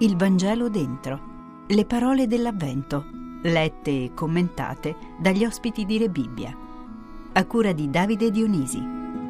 Il Vangelo dentro. Le parole dell'Avvento, lette e commentate dagli ospiti di Rebibbia. A cura di Davide Dionisi.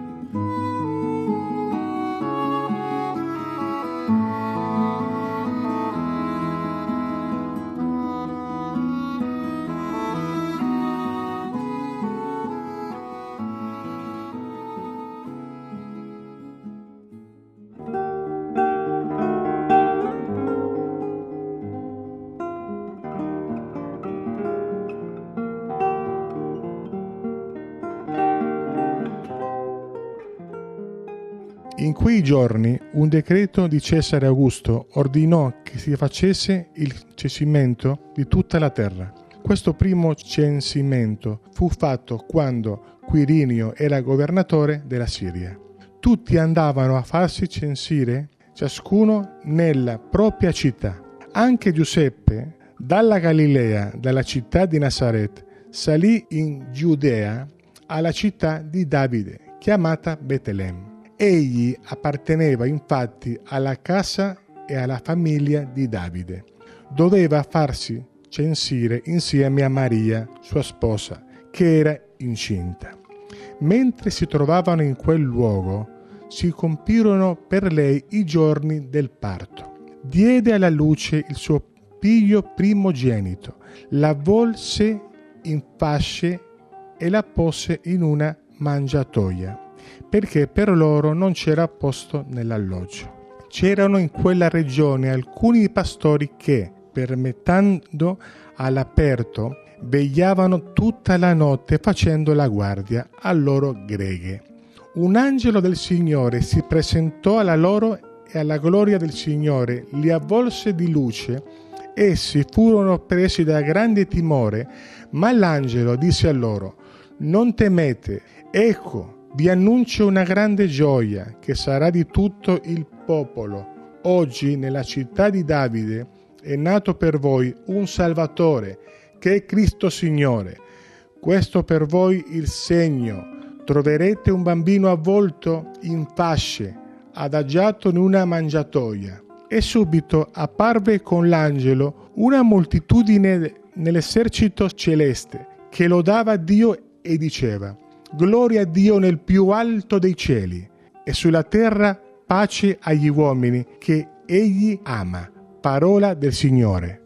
In quei giorni un decreto di Cesare Augusto ordinò che si facesse il censimento di tutta la terra. Questo primo censimento fu fatto quando Quirinio era governatore della Siria. Tutti andavano a farsi censire, ciascuno nella propria città. Anche Giuseppe, dalla Galilea, dalla città di Nazaret, salì in Giudea alla città di Davide, chiamata Betlemme. Egli apparteneva infatti alla casa e alla famiglia di Davide. Doveva farsi censire insieme a Maria, sua sposa, che era incinta. Mentre si trovavano in quel luogo, si compirono per lei i giorni del parto. Diede alla luce il suo figlio primogenito, l'avvolse in fasce e la pose in una mangiatoia, perché per loro non c'era posto nell'alloggio. C'erano in quella regione alcuni pastori che, permettendo all'aperto, vegliavano tutta la notte facendo la guardia a loro greghe. Un angelo del Signore si presentò alla loro e alla gloria del Signore li avvolse di luce. Essi furono presi da grande timore, ma l'angelo disse a loro: «Non temete, ecco, vi annuncio una grande gioia che sarà di tutto il popolo. Oggi nella città di Davide è nato per voi un Salvatore, che è Cristo Signore. Questo per voi il segno. Troverete un bambino avvolto in fasce, adagiato in una mangiatoia». E subito apparve con l'angelo una moltitudine nell'esercito celeste, che lodava Dio e diceva: «Gloria a Dio nel più alto dei cieli, e sulla terra pace agli uomini che Egli ama». Parola del Signore.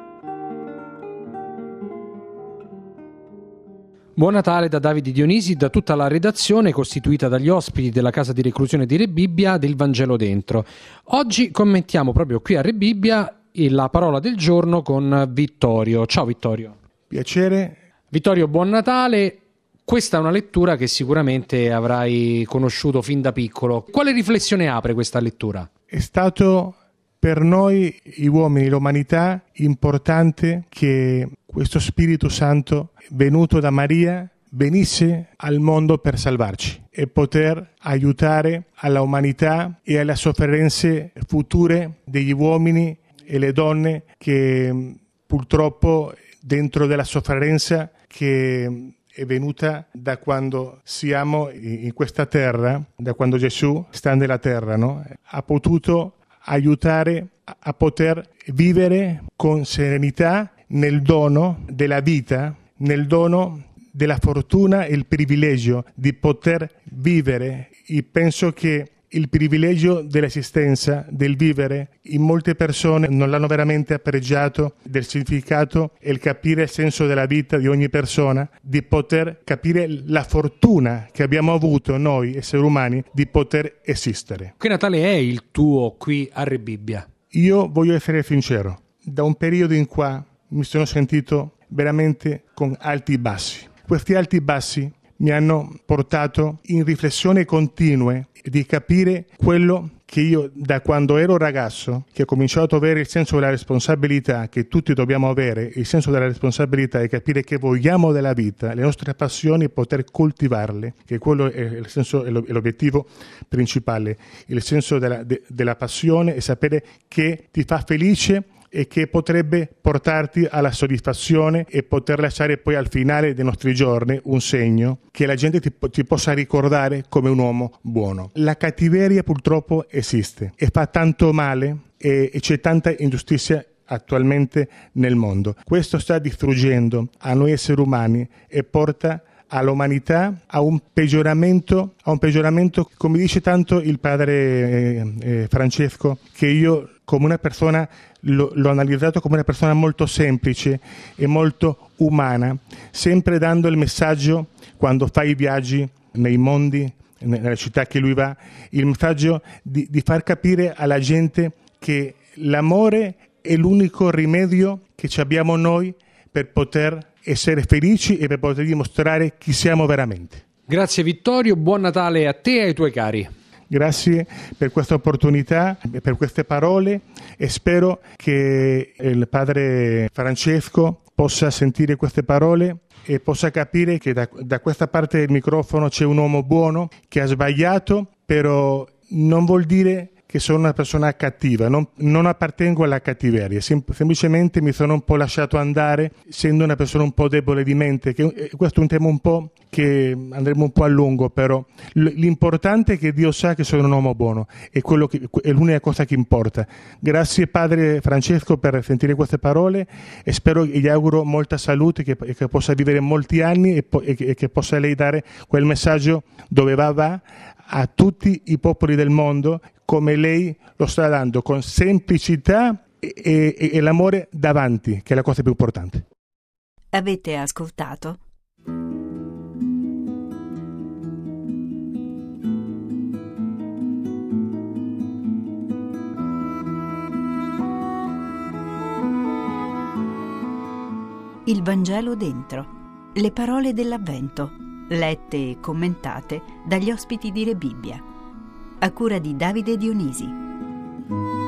Buon Natale da Davide Dionisi, da tutta la redazione costituita dagli ospiti della casa di reclusione di Rebibbia del Vangelo dentro. Oggi commentiamo proprio qui a Rebibbia la parola del giorno con Vittorio. Ciao Vittorio. Piacere. Vittorio, buon Natale. Questa è una lettura che sicuramente avrai conosciuto fin da piccolo. Quale riflessione apre questa lettura? È stato per noi, gli uomini, l'umanità, importante che questo Spirito Santo, venuto da Maria, venisse al mondo per salvarci e poter aiutare alla umanità e alle sofferenze future degli uomini e le donne che purtroppo dentro della sofferenza che è venuta da quando siamo in questa terra, da quando Gesù sta nella terra, no? Ha potuto aiutare a poter vivere con serenità nel dono della vita, nel dono della fortuna e il privilegio di poter vivere. E penso che il privilegio dell'esistenza, del vivere, in molte persone non l'hanno veramente apprezzato, del significato e il capire il senso della vita di ogni persona, di poter capire la fortuna che abbiamo avuto noi esseri umani di poter esistere. Che Natale è il tuo qui a Rebibbia? Io voglio essere sincero, da un periodo in cui mi sono sentito veramente con alti e bassi. Questi alti e bassi mi hanno portato in riflessioni continue di capire quello che io da quando ero ragazzo, che ho cominciato ad avere il senso della responsabilità che tutti dobbiamo avere, il senso della responsabilità è capire che vogliamo della vita, le nostre passioni e poter coltivarle, che quello è il senso e l'obiettivo principale, il senso della passione e sapere che ti fa felice e che potrebbe portarti alla soddisfazione e poter lasciare poi al finale dei nostri giorni un segno che la gente ti possa ricordare come un uomo buono. La cattiveria purtroppo esiste e fa tanto male e c'è tanta ingiustizia attualmente nel mondo. Questo sta distruggendo a noi esseri umani e porta all'umanità a un peggioramento, come dice tanto il padre Francesco, che io come una persona l'ho analizzato come una persona molto semplice e molto umana, sempre dando il messaggio quando fa i viaggi nei mondi, nella città che lui va, il messaggio di far capire alla gente che l'amore è l'unico rimedio che ci abbiamo noi per poter essere felici e per poter dimostrare chi siamo veramente. Grazie Vittorio, buon Natale a te e ai tuoi cari. Grazie per questa opportunità e per queste parole e spero che il padre Francesco possa sentire queste parole e possa capire che da questa parte del microfono c'è un uomo buono che ha sbagliato, però non vuol dire che sono una persona cattiva, non appartengo alla cattiveria, semplicemente mi sono un po' lasciato andare, essendo una persona un po' debole di mente, questo è un tema un po' che andremo un po' a lungo, però l'importante è che Dio sa che sono un uomo buono, è l'unica cosa che importa. Grazie padre Francesco per sentire queste parole e spero e gli auguro molta salute, che possa vivere molti anni e che possa lei dare quel messaggio dove va a tutti i popoli del mondo, come lei lo sta dando, con semplicità e l'amore davanti, che è la cosa più importante. Avete ascoltato? Il Vangelo dentro. Le parole dell'Avvento, lette e commentate dagli ospiti di Re Bibbia. A cura di Davide Dionisi.